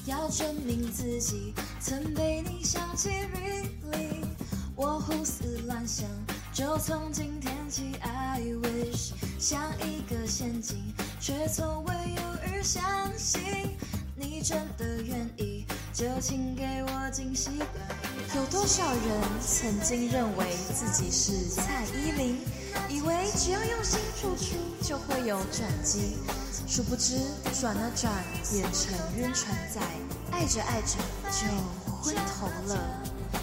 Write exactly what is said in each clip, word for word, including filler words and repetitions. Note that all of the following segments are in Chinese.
要证明自己曾被你想起 really， 我胡思乱想，就从今天起 I wish， 像一个陷阱，却从未犹豫相信你真的愿意，就请给我惊喜吧。有多少人曾经认为自己是蔡依林，以为只要用心付出就会有转机，殊不知转了转变成晕船仔，爱着爱着就昏头了。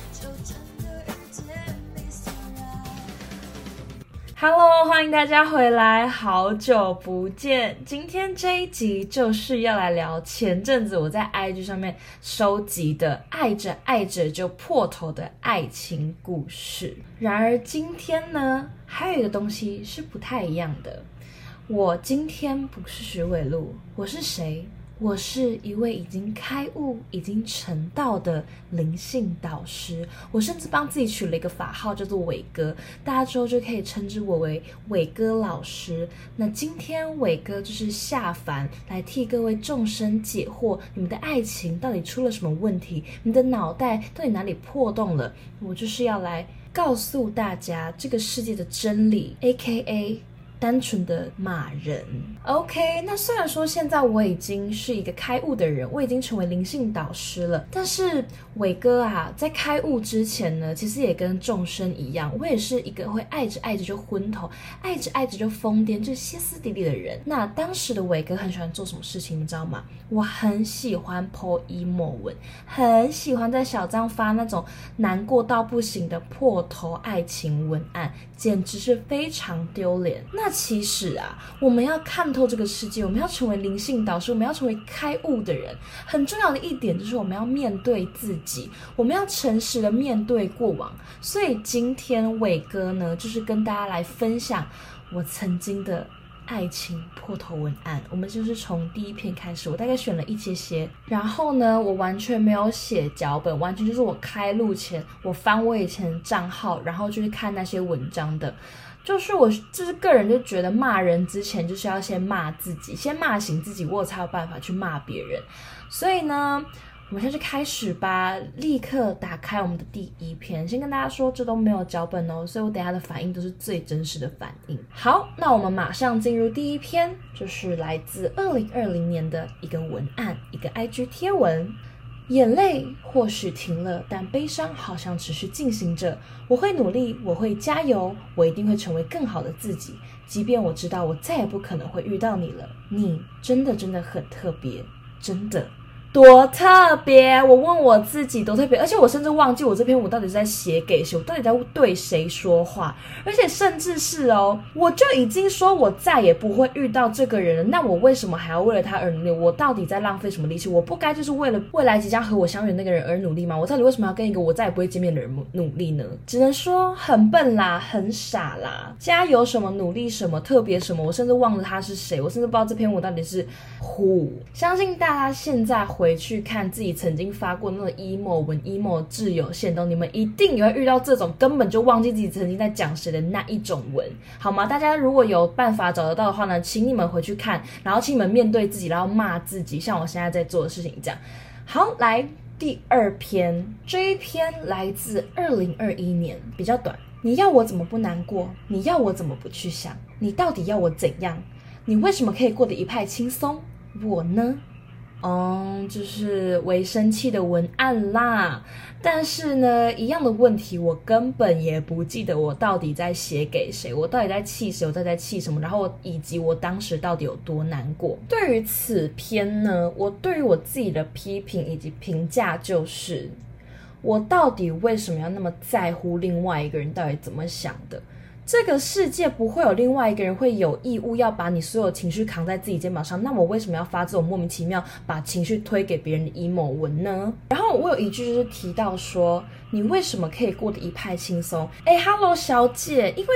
Hello， 欢迎大家回来，好久不见。今天这一集就是要来聊前阵子我在 I G 上面收集的爱着爱着就破头的爱情故事。然而今天呢，还有一个东西是不太一样的。我今天不是徐伟路，我是谁？我是一位已经开悟、已经成道的灵性导师，我甚至帮自己取了一个法号叫做伟哥，大家之后就可以称之我为伟哥老师。那今天伟哥就是下凡来替各位众生解惑，你们的爱情到底出了什么问题？你的脑袋到底哪里破洞了？我就是要来告诉大家这个世界的真理 A K A单纯的骂人。 OK， 那虽然说现在我已经是一个开悟的人，我已经成为灵性导师了，但是伟哥啊，在开悟之前呢，其实也跟众生一样，我也是一个会爱着爱着就昏头，爱着爱着就疯癫，就是歇斯底里的人。那当时的伟哥很喜欢做什么事情你知道吗？我很喜欢 po emo 文，很喜欢在小账发那种难过到不行的破头爱情文案，简直是非常丢脸。那其实啊，我们要看透这个世界，我们要成为灵性导师，我们要成为开悟的人，很重要的一点就是我们要面对自己，我们要诚实的面对过往。所以今天伟哥呢，就是跟大家来分享我曾经的爱情破头文案。我们就是从第一篇开始，我大概选了一些些，然后呢，我完全没有写脚本，完全就是我开录前我翻我以前的账号，然后就是看那些文章的。就是我就是个人就觉得骂人之前就是要先骂自己，先骂醒自己，我才有办法去骂别人。所以呢，我们现在就开始吧，立刻打开我们的第一篇。先跟大家说，这都没有脚本哦，所以我等一下的反应都是最真实的反应。好，那我们马上进入第一篇，就是来自二零二零年的一个文案，一个 I G 贴文。眼泪或许停了，但悲伤好像持续进行着。我会努力，我会加油，我一定会成为更好的自己。即便我知道我再也不可能会遇到你了，你真的真的很特别，真的。多特别，我问我自己多特别，而且我甚至忘记我这篇我到底是在写给谁，我到底在对谁说话，而且甚至是哦，我就已经说我再也不会遇到这个人了，那我为什么还要为了他而努力？我到底在浪费什么力气？我不该就是为了未来即将和我相遇的那个人而努力吗？我到底为什么要跟一个我再也不会见面的人努力呢？只能说很笨啦，很傻啦，加油什么，努力什么，特别什么，我甚至忘了他是谁，我甚至不知道这篇我到底是 who。 相信大家现在回回去看自己曾经发过那种 emo 文 emo 挚友限动，你们一定也会遇到这种根本就忘记自己曾经在讲谁的那一种文，好吗？大家如果有办法找得到的话呢，请你们回去看，然后请你们面对自己，然后骂自己，像我现在在做的事情这样。好，来第二篇，这一篇来自二零二一年，比较短。你要我怎么不难过？你要我怎么不去想？你到底要我怎样？你为什么可以过得一派轻松？我呢？嗯，就是为生气的文案啦。但是呢，一样的问题，我根本也不记得我到底在写给谁，我到底在气谁，我到底在气什么，然后以及我当时到底有多难过。对于此篇呢，我对于我自己的批评以及评价就是，我到底为什么要那么在乎另外一个人到底怎么想的？这个世界不会有另外一个人会有义务要把你所有情绪扛在自己肩膀上，那我为什么要发这种莫名其妙把情绪推给别人的 emo 文呢？然后我有一句就是提到说，你为什么可以过得一派轻松？诶 Hello 小姐，因为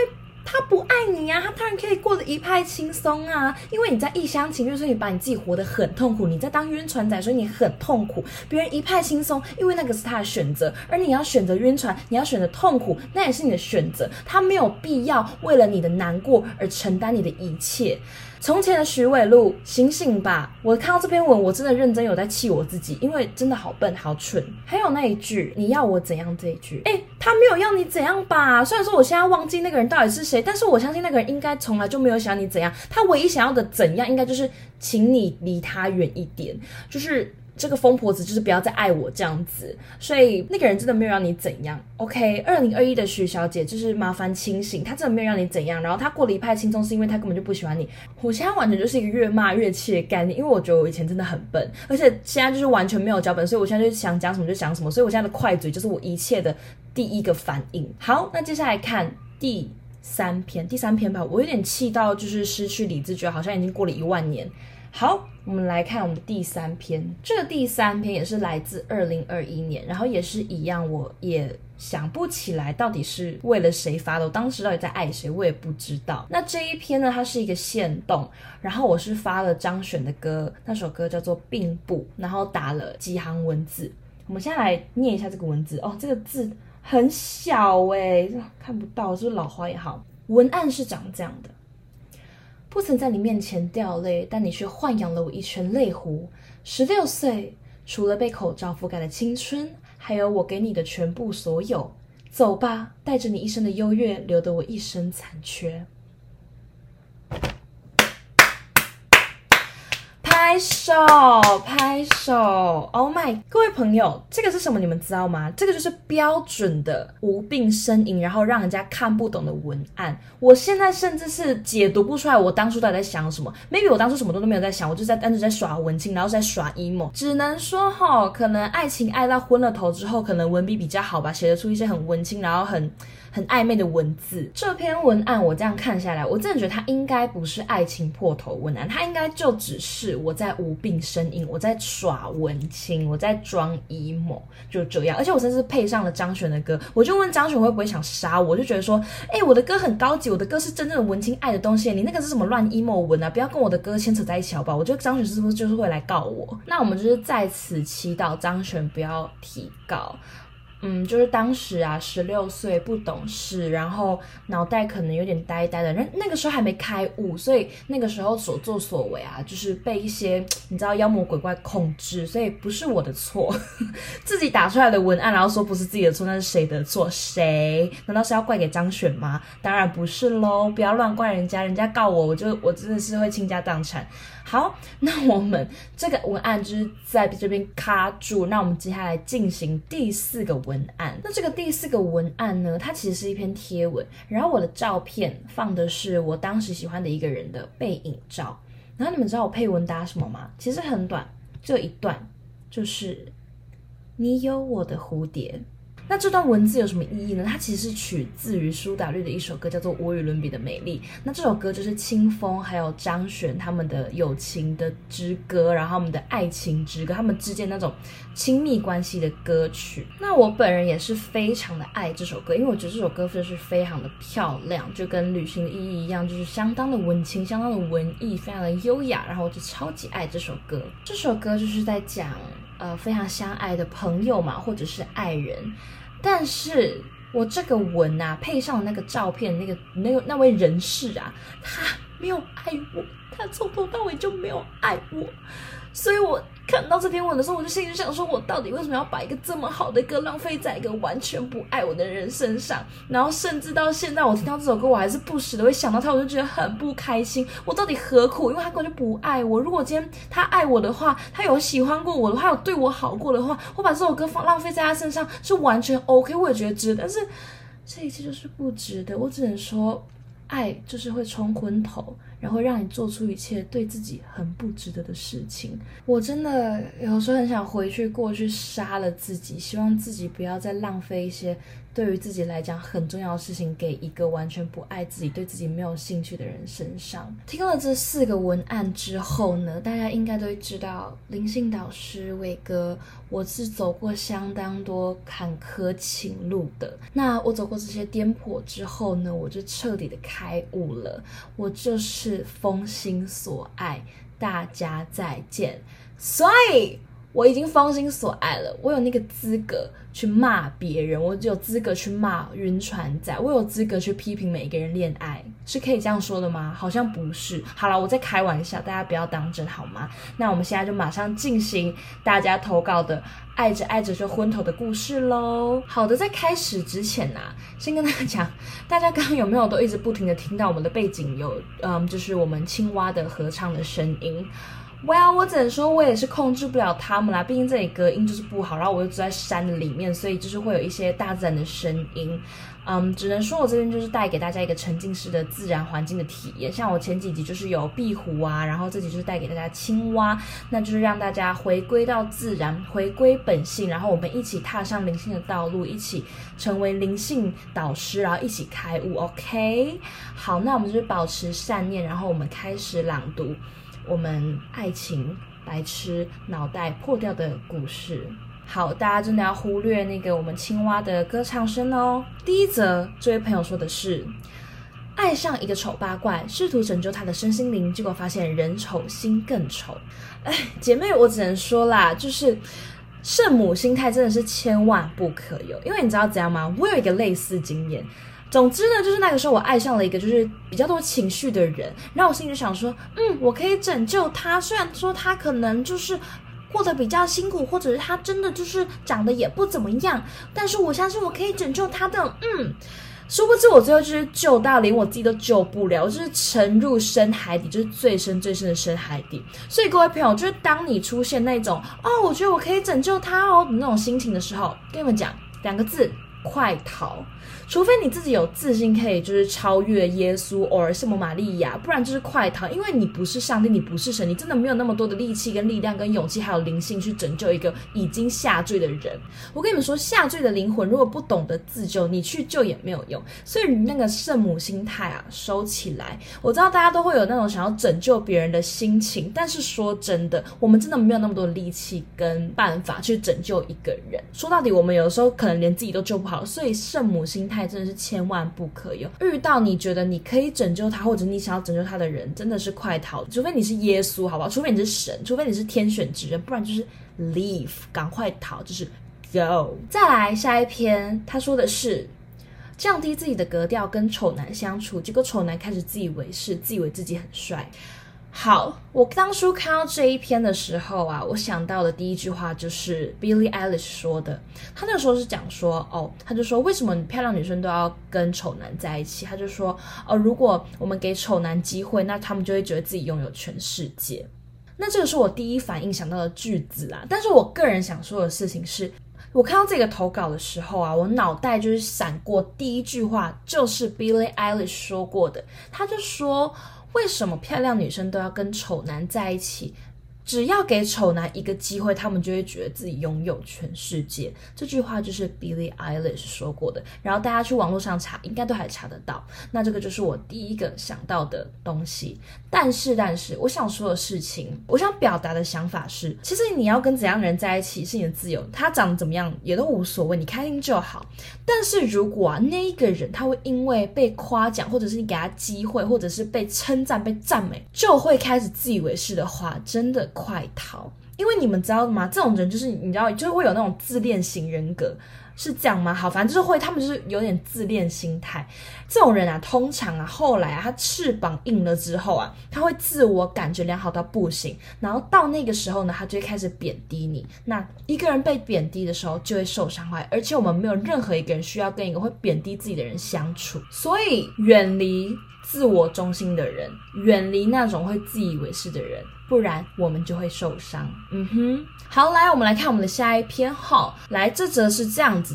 他不爱你啊，他当然可以过得一派轻松啊，因为你在一厢情愿，所以你把你自己活得很痛苦，你在当晕船仔，所以你很痛苦，别人一派轻松，因为那个是他的选择，而你要选择晕船，你要选择痛苦，那也是你的选择，他没有必要为了你的难过而承担你的一切。从前的徐伟路，醒醒吧！我看到这篇文，我真的认真有在气我自己，因为真的好笨好蠢。还有那一句你要我怎样这一句，诶，他没有要你怎样吧？虽然说我现在忘记那个人到底是谁，但是我相信那个人应该从来就没有想你怎样，他唯一想要的怎样应该就是请你离他远一点，就是这个疯婆子就是不要再爱我这样子，所以那个人真的没有让你怎样。 OK， 二零二一的徐小姐就是麻烦清醒，她真的没有让你怎样，然后她过了一派轻松是因为她根本就不喜欢你。我现在完全就是一个越骂越气的概念，因为我觉得我以前真的很笨，而且现在就是完全没有脚本，所以我现在就想讲什么就讲什么，所以我现在的快嘴就是我一切的第一个反应。好，那接下来看第三篇，第三篇吧，我有点气到就是失去理智，觉得好像已经过了一万年。好，我们来看我们的第三篇，这个第三篇也是来自二零二一年，然后也是一样，我也想不起来到底是为了谁发的，我当时到底在爱谁我也不知道。那这一篇呢，它是一个限动，然后我是发了张悬的歌，那首歌叫做并不，然后打了几行文字，我们现在来念一下这个文字哦，这个字很小耶，看不到，是不是老花眼？好，文案是长这样的：不曾在你面前掉泪，但你却豢养了我一圈泪湖。十六岁，除了被口罩覆盖的青春，还有我给你的全部所有。走吧，带着你一生的优越，留得我一生残缺。拍手拍手 Oh my， 各位朋友，这个是什么你们知道吗？这个就是标准的无病呻吟，然后让人家看不懂的文案。我现在甚至是解读不出来我当初到底在想什么， maybe 我当初什么都没有在想，我就在单纯在耍文青，然后在耍 emo。 只能说齁，可能爱情爱到昏了头之后，可能文笔比较好吧，写得出一些很文青然后很很暧昧的文字。这篇文案我这样看下来，我真的觉得它应该不是爱情破头文案，它应该就只是我在无病呻吟，我在耍文青，我在装 emo， 就这样。而且我甚至配上了张悬的歌，我就问张悬会不会想杀我，我就觉得说，哎，我的歌很高级，我的歌是真正的文青爱的东西，你那个是什么乱 emo 文啊，不要跟我的歌牵扯在一起好不好？我觉得张悬是不是就是会来告我？那我们就是在此祈祷张悬不要提告。嗯，就是当时啊，十六岁不懂事，然后脑袋可能有点呆呆的，那那个时候还没开悟，所以那个时候所作所为啊，就是被一些你知道妖魔鬼怪控制，所以不是我的错。自己打出来的文案，然后说不是自己的错，那是谁的错？谁？难道是要怪给张悬吗？当然不是咯，不要乱怪人家，人家告我，我就我真的是会倾家荡产。好，那我们这个文案就是在这边卡住，那我们接下来进行第四个文案。那这个第四个文案呢，它其实是一篇贴文，然后我的照片放的是我当时喜欢的一个人的背影照，然后你们知道我配文打什么吗？其实很短，只有一段，就是你有我的蝴蝶。那这段文字有什么意义呢？它其实是取自于苏打绿的一首歌，叫做《无与伦比的美丽》。那这首歌就是清风还有张悬他们的友情的之歌，然后他们的爱情之歌，他们之间那种亲密关系的歌曲。那我本人也是非常的爱这首歌，因为我觉得这首歌就是非常的漂亮，就跟旅行的意义一样，就是相当的文青，相当的文艺，非常的优雅，然后我就超级爱这首歌。这首歌就是在讲呃非常相爱的朋友嘛，或者是爱人。但是我这个文啊，配上那个照片，那个那个那位人士啊，他没有爱我，他从头到尾就没有爱我，所以我看到这篇文的时候，我就心里就想说，我到底为什么要把一个这么好的歌浪费在一个完全不爱我的人身上？然后甚至到现在，我听到这首歌，我还是不时的会想到他，我就觉得很不开心。我到底何苦？因为他根本就不爱我。如果今天他爱我的话，他有喜欢过我的话，他有对我好过的话，我把这首歌放浪费在他身上是完全 OK， 我也觉得值得。但是这一切就是不值得。我只能说，爱就是会冲昏头， 然后让你做出一切对自己很不值得的事情。我真的有时候很想回去过去杀了自己，希望自己不要再浪费一些对于自己来讲很重要的事情给一个完全不爱自己、对自己没有兴趣的人身上。听了这四个文案之后呢，大家应该都会知道灵性导师伟哥我是走过相当多坎坷情路的。那我走过这些颠簸之后呢，我就彻底的开悟了，我就是封心所爱，大家再见。所以我已经封心所爱了，我有那个资格去骂别人，我有资格去骂晕船仔，我有资格去批评每一个人恋爱，是可以这样说的吗？好像不是。好了，我在开玩笑，大家不要当真好吗？那我们现在就马上进行大家投稿的爱着爱着就昏头的故事咯。好的，在开始之前啊，先跟大家讲，大家刚刚有没有都一直不停的听到我们的背景有嗯，就是我们青蛙的合唱的声音。Well， 我只能说我也是控制不了他们啦，毕竟这里隔音就是不好，然后我又住在山的里面，所以就是会有一些大自然的声音。嗯，只能说我这边就是带给大家一个沉浸式的自然环境的体验，像我前几集就是有壁虎啊，然后这集就是带给大家青蛙，那就是让大家回归到自然，回归本性，然后我们一起踏上灵性的道路，一起成为灵性导师，然后一起开悟 OK。 好，那我们就是保持善念，然后我们开始朗读我们爱情白痴脑袋破掉的故事。好，大家真的要忽略那个我们青蛙的歌唱声哦。第一则，这位朋友说的是爱上一个丑八怪，试图拯救他的身心灵，结果发现人丑心更丑。哎，姐妹，我只能说啦，就是圣母心态真的是千万不可有，因为你知道怎样吗？我有一个类似经验。总之呢，就是那个时候我爱上了一个就是比较多情绪的人，然后我心里就想说，嗯，我可以拯救他，虽然说他可能就是过得比较辛苦，或者是他真的就是长得也不怎么样，但是我相信我可以拯救他的。嗯，殊不知我最后就是救到连我自己都救不了，我就是沉入深海底，就是最深最深的深海底。所以各位朋友，就是当你出现那种哦，我觉得我可以拯救他哦的那种心情的时候，跟你们讲两个字，快逃。除非你自己有自信可以就是超越耶稣或圣母玛利亚，不然就是快逃，因为你不是上帝，你不是神，你真的没有那么多的力气跟力量跟勇气还有灵性去拯救一个已经下坠的人。我跟你们说，下坠的灵魂如果不懂得自救，你去救也没有用。所以你那个圣母心态啊，收起来。我知道大家都会有那种想要拯救别人的心情，但是说真的，我们真的没有那么多的力气跟办法去拯救一个人。说到底，我们有的时候可能连自己都救不好，所以圣母心态真的是千万不可有。遇到你觉得你可以拯救他，或者你想要拯救他的人，真的是快逃，除非你是耶稣好不好，除非你是神，除非你是天选之人，不然就是 leave， 赶快逃，就是 go。 再来下一篇，他说的是降低自己的格调跟丑男相处，结果丑男开始自以为是，自以为自己很帅。好，我当初看到这一篇的时候啊，我想到的第一句话就是 Billie Eilish 说的。他那个时候是讲说，哦，他就说为什么漂亮女生都要跟丑男在一起？他就说，哦，如果我们给丑男机会，那他们就会觉得自己拥有全世界。那这个是我第一反应想到的句子啦。但是我个人想说的事情是，我看到这个投稿的时候啊，我脑袋就是闪过第一句话，就是 Billie Eilish 说过的。他就说，为什么漂亮女生都要跟丑男在一起？只要给丑男一个机会，他们就会觉得自己拥有全世界。这句话就是 Billie Eilish 说过的，然后大家去网络上查，应该都还查得到。那这个就是我第一个想到的东西。但是，但是，我想说的事情，我想表达的想法是，其实你要跟怎样的人在一起是你的自由，他长得怎么样也都无所谓，你开心就好。但是如果啊，那一个人他会因为被夸奖，或者是你给他机会，或者是被称赞、被赞美，就会开始自以为是的话，真的快逃。因为你们知道吗？这种人就是你知道，就是会有那种自恋型人格，是这样吗？好，反正就是会，他们就是有点自恋心态。这种人啊，通常啊，后来啊，他翅膀硬了之后啊，他会自我感觉良好到不行，然后到那个时候呢，他就会开始贬低你。那一个人被贬低的时候，就会受伤害，而且我们没有任何一个人需要跟一个会贬低自己的人相处，所以远离自我中心的人，远离那种会自以为是的人，不然我们就会受伤。嗯哼，好，来，我们来看我们的下一篇哈。来，这则是这样子的：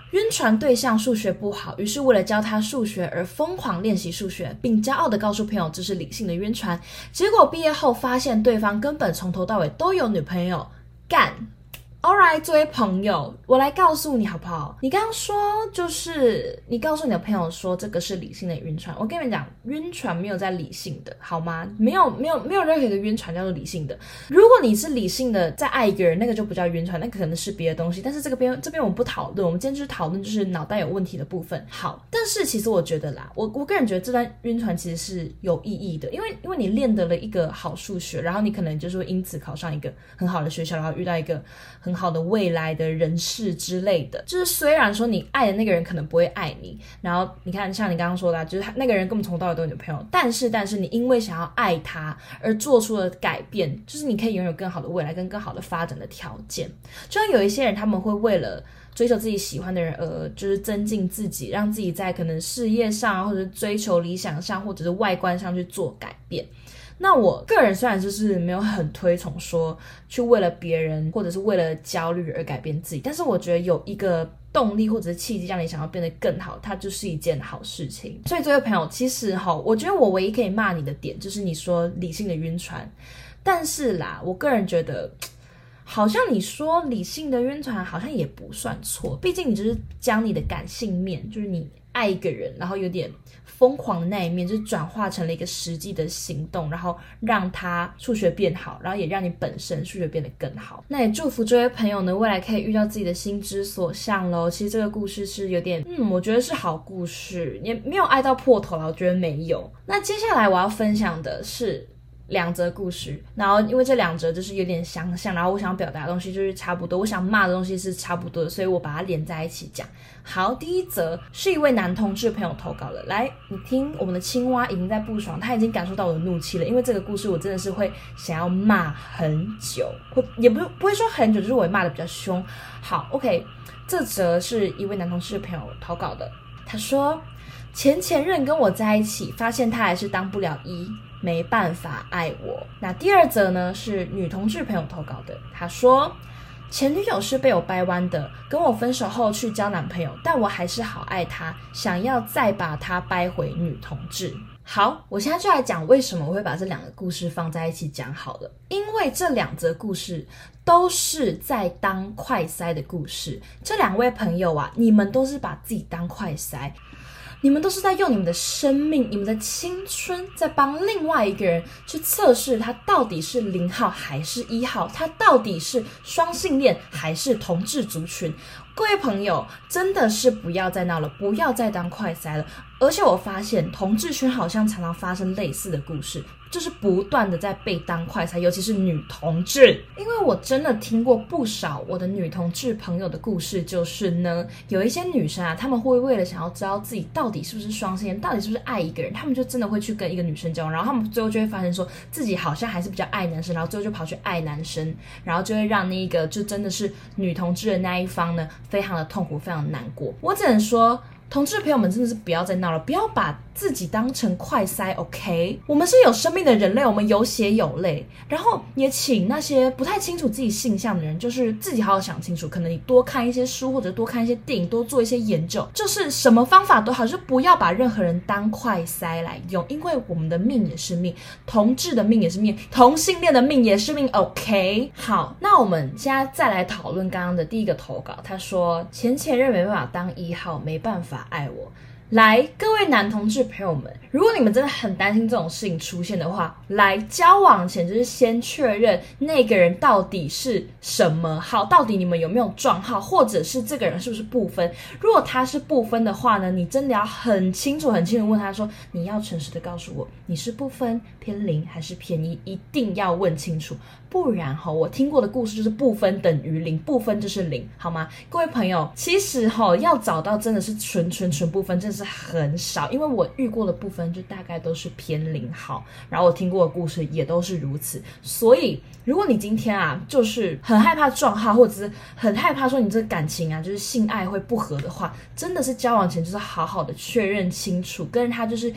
晕船对象数学不好，于是为了教他数学而疯狂练习数学，并骄傲地告诉朋友这是理性的晕船。结果毕业后发现对方根本从头到尾都有女朋友，干。Alright， 这位朋友，我来告诉你好不好？你刚刚说就是你告诉你的朋友说这个是理性的晕船，我跟你们讲，晕船没有在理性的，好吗？没有没有没有任何一个晕船叫做理性的。如果你是理性的在爱一个人，那个就不叫晕船，那可能是别的东西。但是这个边这边我们不讨论，我们今天就是讨论就是脑袋有问题的部分。好，但是其实我觉得啦，我我个人觉得这段晕船其实是有意义的，因为因为你练得了一个好数学，然后你可能就是会因此考上一个很好的学校，然后遇到一个很好的未来的人士之类的。就是虽然说你爱的那个人可能不会爱你，然后你看像你刚刚说的、啊、就是那个人根本从头到尾都有女朋友，但是但是你因为想要爱他而做出了改变，就是你可以拥有更好的未来跟更好的发展的条件。就像有一些人他们会为了追求自己喜欢的人而就是增进自己，让自己在可能事业上或者是追求理想上或者是外观上去做改变。那我个人虽然就是没有很推崇说去为了别人或者是为了焦虑而改变自己，但是我觉得有一个动力或者是契机让你想要变得更好，它就是一件好事情。所以这位朋友，其实齁，我觉得我唯一可以骂你的点就是你说理性的晕船，但是啦，我个人觉得好像你说理性的晕船好像也不算错，毕竟你就是将你的感性面，就是你爱一个人然后有点疯狂的那一面，就是转化成了一个实际的行动，然后让他数学变好，然后也让你本身数学变得更好。那也祝福这位朋友呢，未来可以遇到自己的心之所向咯。其实这个故事是有点嗯，我觉得是好故事，也没有爱到破头啦，我觉得没有。那接下来我要分享的是两则故事，然后因为这两则就是有点相像，然后我想表达的东西就是差不多，我想骂的东西是差不多的，所以我把它连在一起讲。好，第一则是一位男同志朋友投稿的，来，你听，我们的青蛙已经在不爽，他已经感受到我的怒气了，因为这个故事我真的是会想要骂很久，或也不不会说很久，就是我会骂的比较凶。好 ，OK， 这则是一位男同志朋友投稿的，他说前前任跟我在一起，发现他还是当不了一，没办法爱我。那第二则呢是女同志朋友投稿的，她说前女友是被我掰弯的，跟我分手后去交男朋友，但我还是好爱她，想要再把她掰回女同志。好，我现在就来讲为什么我会把这两个故事放在一起讲好了。因为这两则故事都是在当快塞的故事，这两位朋友啊，你们都是把自己当快塞，你们都是在用你们的生命，你们的青春，在帮另外一个人去测试他到底是零号还是一号，他到底是双性恋还是同志族群。各位朋友，真的是不要再闹了，不要再当快塞了。而且我发现同志圈好像常常发生类似的故事，就是不断的在被当快塞，尤其是女同志。因为我真的听过不少我的女同志朋友的故事，就是呢，有一些女生啊，她们会为了想要知道自己到底是不是双性恋，到底是不是爱一个人，她们就真的会去跟一个女生交往，然后她们最后就会发现说自己好像还是比较爱男生，然后最后就跑去爱男生，然后就会让那一个就真的是女同志的那一方呢，非常的痛苦，非常的难过。我只能说同志朋友们真的是不要再闹了，不要把自己当成快塞 OK， 我们是有生命的人类，我们有血有泪。然后也请那些不太清楚自己性向的人，就是自己好好想清楚，可能你多看一些书，或者多看一些电影，多做一些研究，就是什么方法都好，就是不要把任何人当快塞来用，因为我们的命也是命，同志的命也是命，同性恋的命也是命 OK。 好，那我们现在再来讨论刚刚的第一个投稿，他说前前任没办法当一号，没办法爱我。来，各位男同志朋友们，如果你们真的很担心这种事情出现的话，来，交往前就是先确认那个人到底是什么号，到底你们有没有撞号，或者是这个人是不是不分。如果他是不分的话呢，你真的要很清楚很清楚问他说，你要诚实的告诉我你是不分偏零还是偏一，一定要问清楚，不然齁，我听过的故事就是不分等于零，不分就是零，好吗？各位朋友，其实齁要找到真的是纯纯纯不分真的是很少，因为我遇过的不分就大概都是偏零号，然后我听过的故事也都是如此。所以如果你今天啊就是很害怕撞号，或者是很害怕说你这个感情啊就是性爱会不合的话，真的是交往前就是好好的确认清楚，跟他就是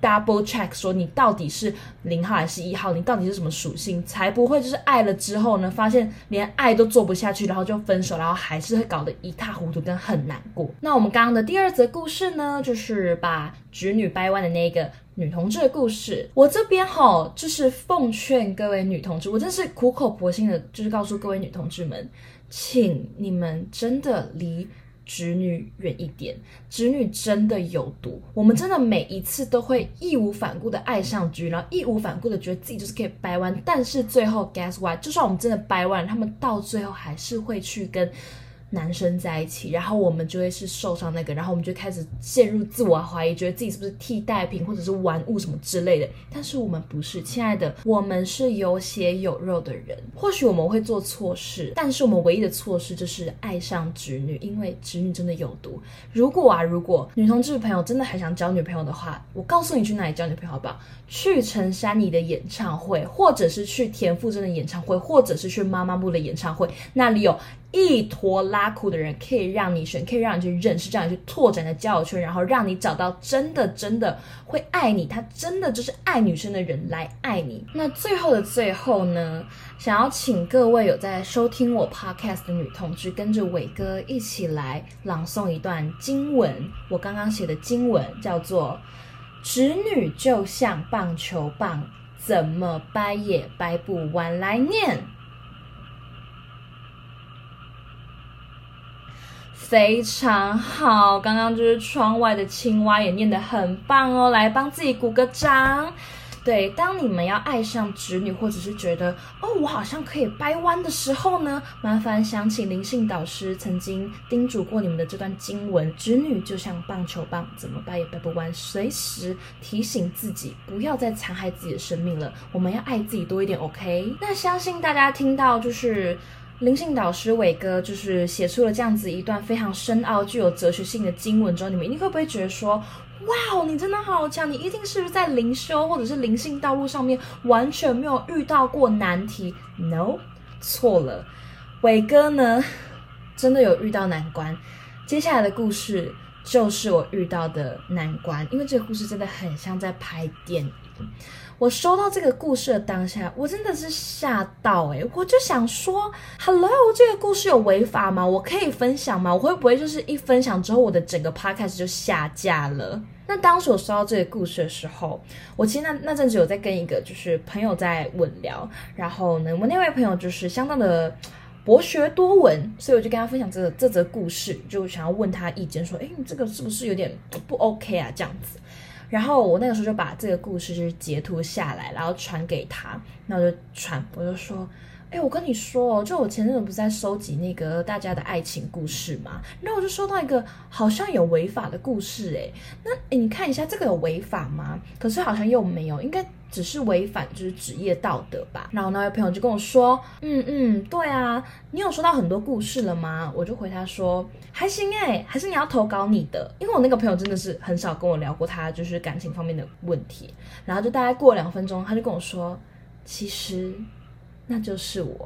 double check 说你到底是零号还是一号，你到底是什么属性，才不会就是爱了之后呢，发现连爱都做不下去，然后就分手，然后还是会搞得一塌糊涂跟很难过。那我们刚刚的第二则故事呢，就是把直女掰弯的那个女同志的故事。我这边齁就是奉劝各位女同志，我真是苦口婆心的就是告诉各位女同志们，请你们真的离直女远一点，直女真的有毒，我们真的每一次都会义无反顾的爱上直女，然后义无反顾的觉得自己就是可以掰弯，但是最后 guess what， 就算我们真的掰弯，他们到最后还是会去跟男生在一起，然后我们就会是受伤那个，然后我们就开始陷入自我怀疑，觉得自己是不是替代品或者是玩物什么之类的，但是我们不是，亲爱的，我们是有血有肉的人。或许我们会做错事，但是我们唯一的错事就是爱上直女，因为直女真的有毒。如果啊如果女同志朋友真的还想交女朋友的话，我告诉你去哪里交女朋友好不好？去陈珊妮的演唱会，或者是去田馥甄的演唱会，或者是去妈妈木的演唱会，那里有一坨拉苦的人可以让你选，可以让你去认识，让你去拓展的交友圈，然后让你找到真的真的会爱你，他真的就是爱女生的人来爱你。那最后的最后呢，想要请各位有在收听我 podcast 的女同志，跟着伟哥一起来朗诵一段经文，我刚刚写的经文叫做直女就像棒球棒，怎么掰也掰不弯，来念。非常好，刚刚就是窗外的青蛙也念得很棒哦，来帮自己鼓个掌。对，当你们要爱上直女，或者是觉得哦我好像可以掰弯的时候呢，麻烦想起灵性导师曾经叮嘱过你们的这段经文，直女就像棒球棒，怎么掰也掰不弯，随时提醒自己不要再残害自己的生命了，我们要爱自己多一点 OK。 那相信大家听到就是灵性导师伟哥就是写出了这样子一段非常深奥具有哲学性的经文之后，你们一定会不会觉得说哇你真的好强，你一定是不是在灵修或者是灵性道路上面完全没有遇到过难题？ No， 错了，伟哥呢真的有遇到难关，接下来的故事就是我遇到的难关，因为这个故事真的很像在拍电影。我收到这个故事的当下，我真的是吓到欸，我就想说 Hello， 这个故事有违法吗？我可以分享吗？我会不会就是一分享之后我的整个 podcast 就下架了？那当时我收到这个故事的时候，我其实那那阵子有在跟一个就是朋友在稳聊，然后呢我那位朋友就是相当的博学多闻，所以我就跟他分享这个这则故事，就想要问他意见说诶你这个是不是有点不 OK 啊这样子。然后我那个时候就把这个故事就是截图下来，然后传给他，那我就传，我就说哎，我跟你说哦，就我前阵子不是在收集那个大家的爱情故事嘛，然后我就收到一个好像有违法的故事哎，那哎你看一下这个有违法吗？可是好像又没有，应该只是违反就是职业道德吧。然后那位朋友就跟我说嗯嗯对啊，你有收到很多故事了吗？我就回他说还行哎，还是你要投稿你的，因为我那个朋友真的是很少跟我聊过他就是感情方面的问题。然后就大概过了两分钟，他就跟我说其实那就是我。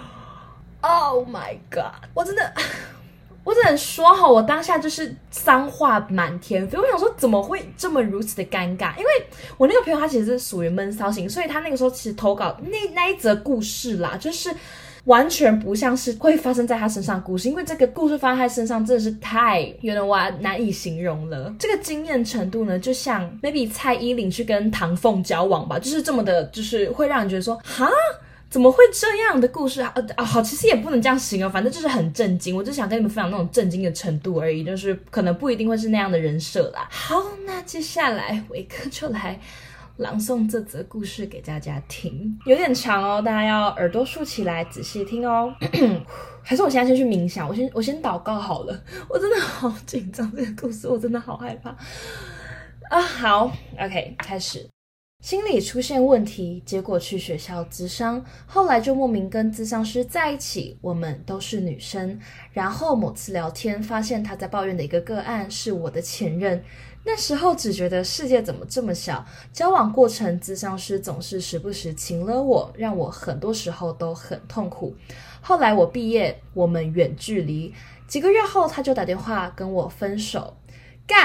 Oh my god， 我真的我只能说哈，我当下就是脏话满天飞。我想说怎么会这么如此的尴尬，因为我那个朋友他其实是属于闷骚型，所以他那个时候其实投稿那那一则故事啦，就是完全不像是会发生在他身上的故事，因为这个故事发生在他身上真的是太有点哇难以形容了。这个惊艳程度呢，就像 maybe 蔡依林去跟唐凤交往吧，就是这么的，就是会让你觉得说哈怎么会这样的故事啊？啊好，其实也不能这样形容，反正就是很震惊。我就想跟你们分享那种震惊的程度而已，就是可能不一定会是那样的人设啦。好，那接下来伟哥就来朗诵这则故事给大家听，有点长哦，大家要耳朵竖起来仔细听哦。还是我现在先去冥想，我先我先祷告好了，我真的好紧张，这个故事我真的好害怕啊。好 OK 开始。心理出现问题，结果去学校咨商，后来就莫名跟咨商师在一起，我们都是女生。然后某次聊天发现他在抱怨的一个个案是我的前任，那时候只觉得世界怎么这么小，交往过程咨商师总是时不时情勒我，让我很多时候都很痛苦。后来我毕业，我们远距离，几个月后他就打电话跟我分手。干，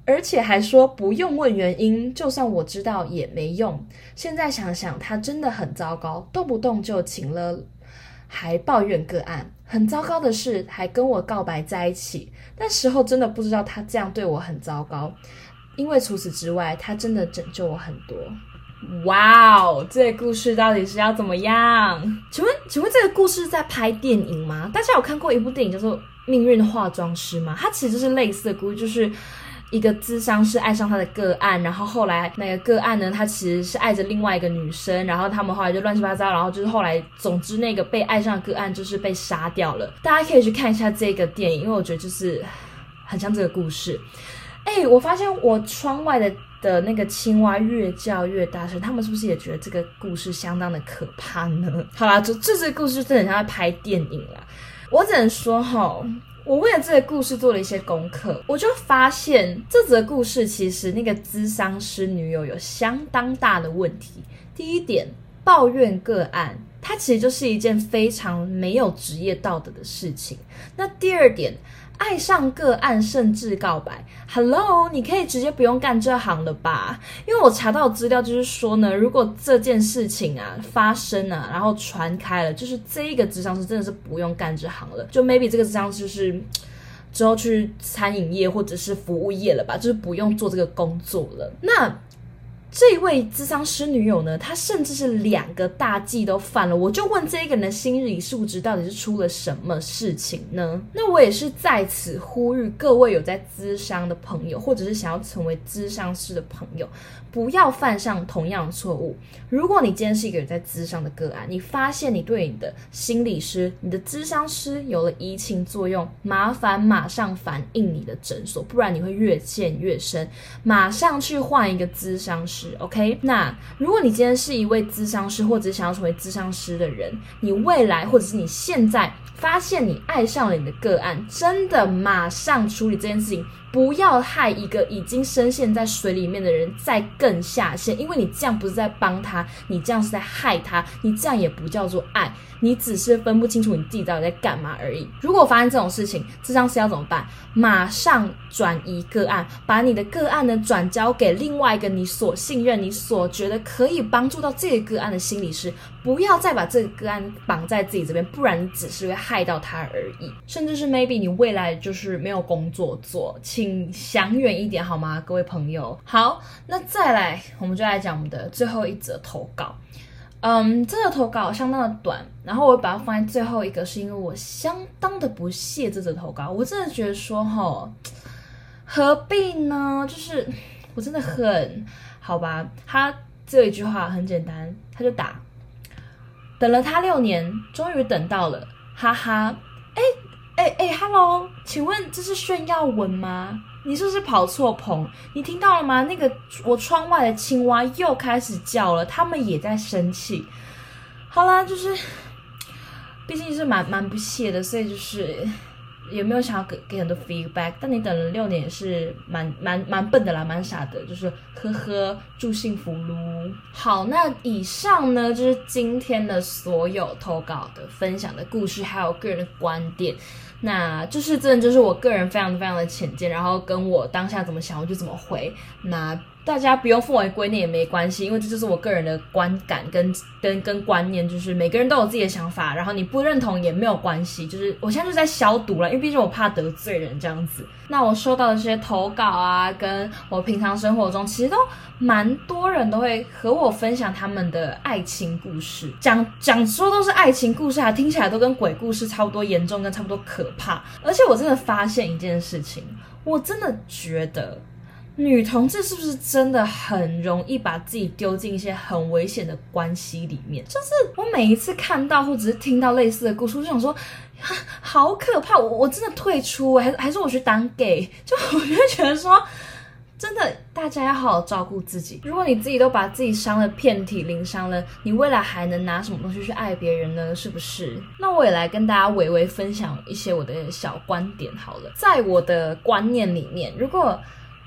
而且还说不用问原因，就算我知道也没用。现在想想他真的很糟糕，动不动就请了还抱怨个案，很糟糕的是还跟我告白在一起。那时候真的不知道他这样对我很糟糕，因为除此之外他真的拯救我很多。哇哦，这个故事到底是要怎么样？请问请问这个故事在拍电影吗？大家有看过一部电影叫做《命运化妆师》吗？它其实就是类似的故事，就是一个咨商师爱上他的个案，然后后来那个个案呢，他其实是爱着另外一个女生，然后他们后来就乱七八糟，然后就是后来总之那个被爱上的个案就是被杀掉了。大家可以去看一下这个电影，因为我觉得就是很像这个故事。哎，我发现我窗外的的那个青蛙越叫越大声，他们是不是也觉得这个故事相当的可怕呢？好啦，就这这个故事真的很像在拍电影啦。我只能说齁，我为了这个故事做了一些功课，我就发现这则故事其实那个咨商师女友有相当大的问题。第一点，抱怨个案，它其实就是一件非常没有职业道德的事情。那第二点，爱上个案甚至告白 Hello 你可以直接不用干这行了吧？因为我查到资料就是说呢，如果这件事情啊发生啊然后传开了，就是这一个咨商师真的是不用干这行了，就 maybe 这个咨商师就是之后去餐饮业或者是服务业了吧，就是不用做这个工作了。那这位咨商师女友呢，她甚至是两个大忌都犯了，我就问这个人的心理素质到底是出了什么事情呢？那我也是在此呼吁各位有在咨商的朋友，或者是想要成为咨商师的朋友，不要犯上同样的错误。如果你今天是一个有在咨商的个案，你发现你对你的心理师、你的咨商师有了移情作用，麻烦马上反映你的诊所，不然你会越陷越深，马上去换一个咨商师。OK， 那如果你今天是一位咨商师，或者想要成为咨商师的人，你未来或者是你现在发现你爱上了你的个案，真的马上处理这件事情，不要害一个已经深陷在水里面的人再更下陷，因为你这样不是在帮他，你这样是在害他，你这样也不叫做爱，你只是分不清楚你自己到底在干嘛而已。如果发生这种事情，咨商师要怎么办？马上转移个案，把你的个案呢转交给另外一个你所信任、你所觉得可以帮助到这个个案的心理师，不要再把这个个案绑在自己这边，不然你只是会害到他而已。甚至是 maybe 你未来就是没有工作做，请想远一点好吗，各位朋友。好，那再来我们就来讲我们的最后一则投稿。嗯，这个投稿相当的短，然后我把它放在最后一个，是因为我相当的不屑这则投稿。我真的觉得说齁，何必呢？就是我真的很好吧。他这有一句话很简单，他就打等了他六年，终于等到了，哈哈。哎哎哎 ，Hello， 请问这是炫耀文吗？你是不是跑错棚？你听到了吗？那个我窗外的青蛙又开始叫了，他们也在生气。好啦，就是毕竟是蛮蛮不屑的，所以就是也没有想要给给很多 feedback。但你等了六年也是蛮蛮蛮笨的啦，蛮傻的，就是呵呵，祝幸福噜。好，那以上呢就是今天的所有投稿的分享的故事，还有个人的观点。那就是真的就是我个人非常非常的浅见，然后跟我当下怎么想我就怎么回，那大家不用奉为圭臬也没关系，因为这就是我个人的观感跟跟跟观念，就是每个人都有自己的想法，然后你不认同也没有关系，就是我现在就在消毒了，因为毕竟我怕得罪人这样子。那我收到的这些投稿啊，跟我平常生活中其实都蛮多人都会和我分享他们的爱情故事，讲讲说都是爱情故事啊，听起来都跟鬼故事差不多严重跟差不多可怕。而且我真的发现一件事情，我真的觉得女同志是不是真的很容易把自己丢进一些很危险的关系里面？就是我每一次看到或者是听到类似的故事，我就想说好可怕，我我真的退出，还还是我去当 gay， 就我就觉得说真的大家要好好照顾自己。如果你自己都把自己伤了遍体鳞伤了，你未来还能拿什么东西去爱别人呢？是不是？那我也来跟大家微微分享一些我的小观点好了。在我的观念里面，如果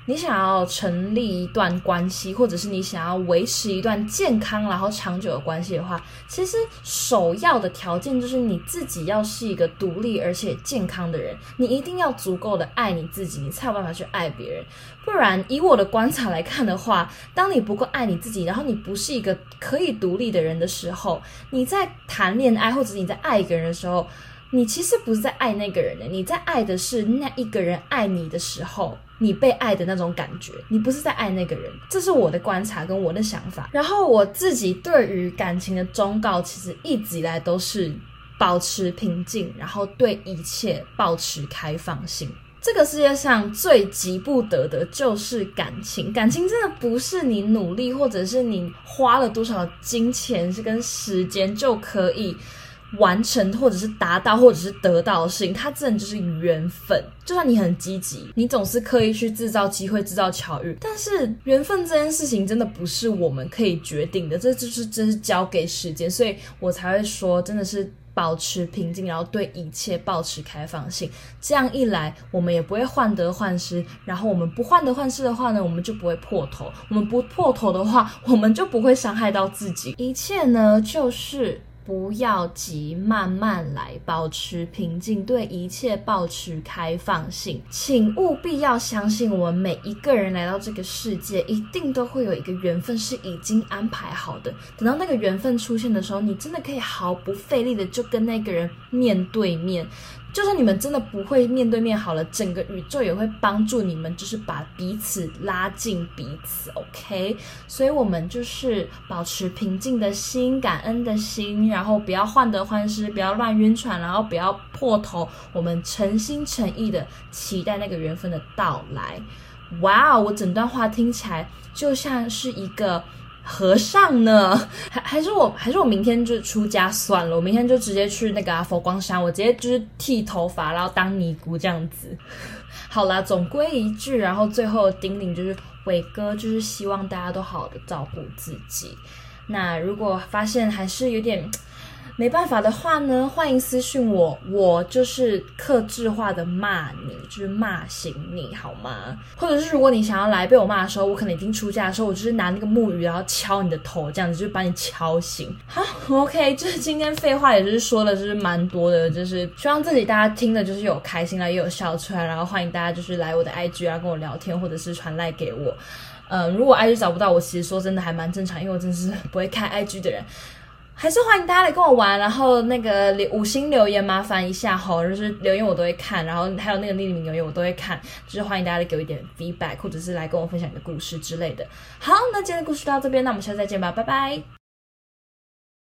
你想要成立一段关系，或者是你想要维持一段健康然后长久的关系的话，其实首要的条件就是你自己要是一个独立而且健康的人，你一定要足够的爱你自己，你才有办法去爱别人。不然以我的观察来看的话，当你不够爱你自己，然后你不是一个可以独立的人的时候，你在谈恋爱或者是你在爱一个人的时候，你其实不是在爱那个人的，你在爱的是那一个人爱你的时候你被爱的那种感觉，你不是在爱那个人。这是我的观察跟我的想法。然后我自己对于感情的忠告其实一直以来都是保持平静，然后对一切保持开放性。这个世界上最急不得的就是感情，感情真的不是你努力或者是你花了多少金钱是跟时间就可以完成或者是达到或者是得到的事情，它真的就是缘分。就算你很积极，你总是刻意去制造机会制造巧遇，但是缘分这件事情真的不是我们可以决定的，这就是真是交给时间。所以我才会说真的是保持平静，然后对一切保持开放性，这样一来我们也不会患得患失，然后我们不患得患失的话呢，我们就不会破头，我们不破头的话，我们就不会伤害到自己。一切呢就是不要急，慢慢来，保持平静，对一切保持开放性。请务必要相信，我们每一个人来到这个世界，一定都会有一个缘分是已经安排好的。等到那个缘分出现的时候，你真的可以毫不费力的就跟那个人面对面。就算你们真的不会面对面好了，整个宇宙也会帮助你们，就是把彼此拉近彼此 OK。 所以我们就是保持平静的心，感恩的心，然后不要患得患失，不要乱晕船，然后不要破头，我们诚心诚意的期待那个缘分的到来。哇，我整段话听起来就像是一个和尚呢，还还是我还是我明天就出家算了，我明天就直接去那个、啊、佛光山，我直接就是剃头发，然后当尼姑这样子。好啦，总归一句，然后最后叮咛就是伟哥就是希望大家都好好的照顾自己。那如果发现还是有点没办法的话呢，欢迎私讯我，我就是客制化的骂你，就是骂醒你好吗？或者是如果你想要来被我骂的时候，我可能已经出家的时候，我就是拿那个木鱼然后敲你的头，这样子就是把你敲醒。好 OK， 就是今天废话也就是说的就是蛮多的，就是希望自己大家听的就是有开心啦，也有笑出来，然后欢迎大家就是来我的 I G 啊跟我聊天，或者是传赖给我。嗯，如果 I G 找不到我，其实说真的还蛮正常，因为我真的是不会看 I G 的人。还是欢迎大家来跟我玩，然后那个五星留言麻烦一下吼，就是留言我都会看，然后还有那个匿名留言我都会看，就是欢迎大家来给我一点 feedback， 或者是来跟我分享你的故事之类的。好，那今天的故事就到这边，那我们下次再见吧，拜拜。